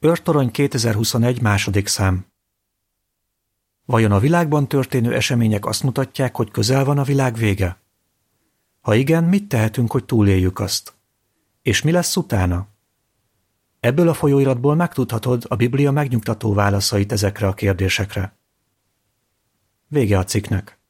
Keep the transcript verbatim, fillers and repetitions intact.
Őrtorony kétezer-huszonegy második szám. Vajon a világban történő események azt mutatják, hogy közel van a világ vége? Ha igen, mit tehetünk, hogy túléljük azt? És mi lesz utána? Ebből a folyóiratból megtudhatod a Biblia megnyugtató válaszait ezekre a kérdésekre. Vége a cikknek.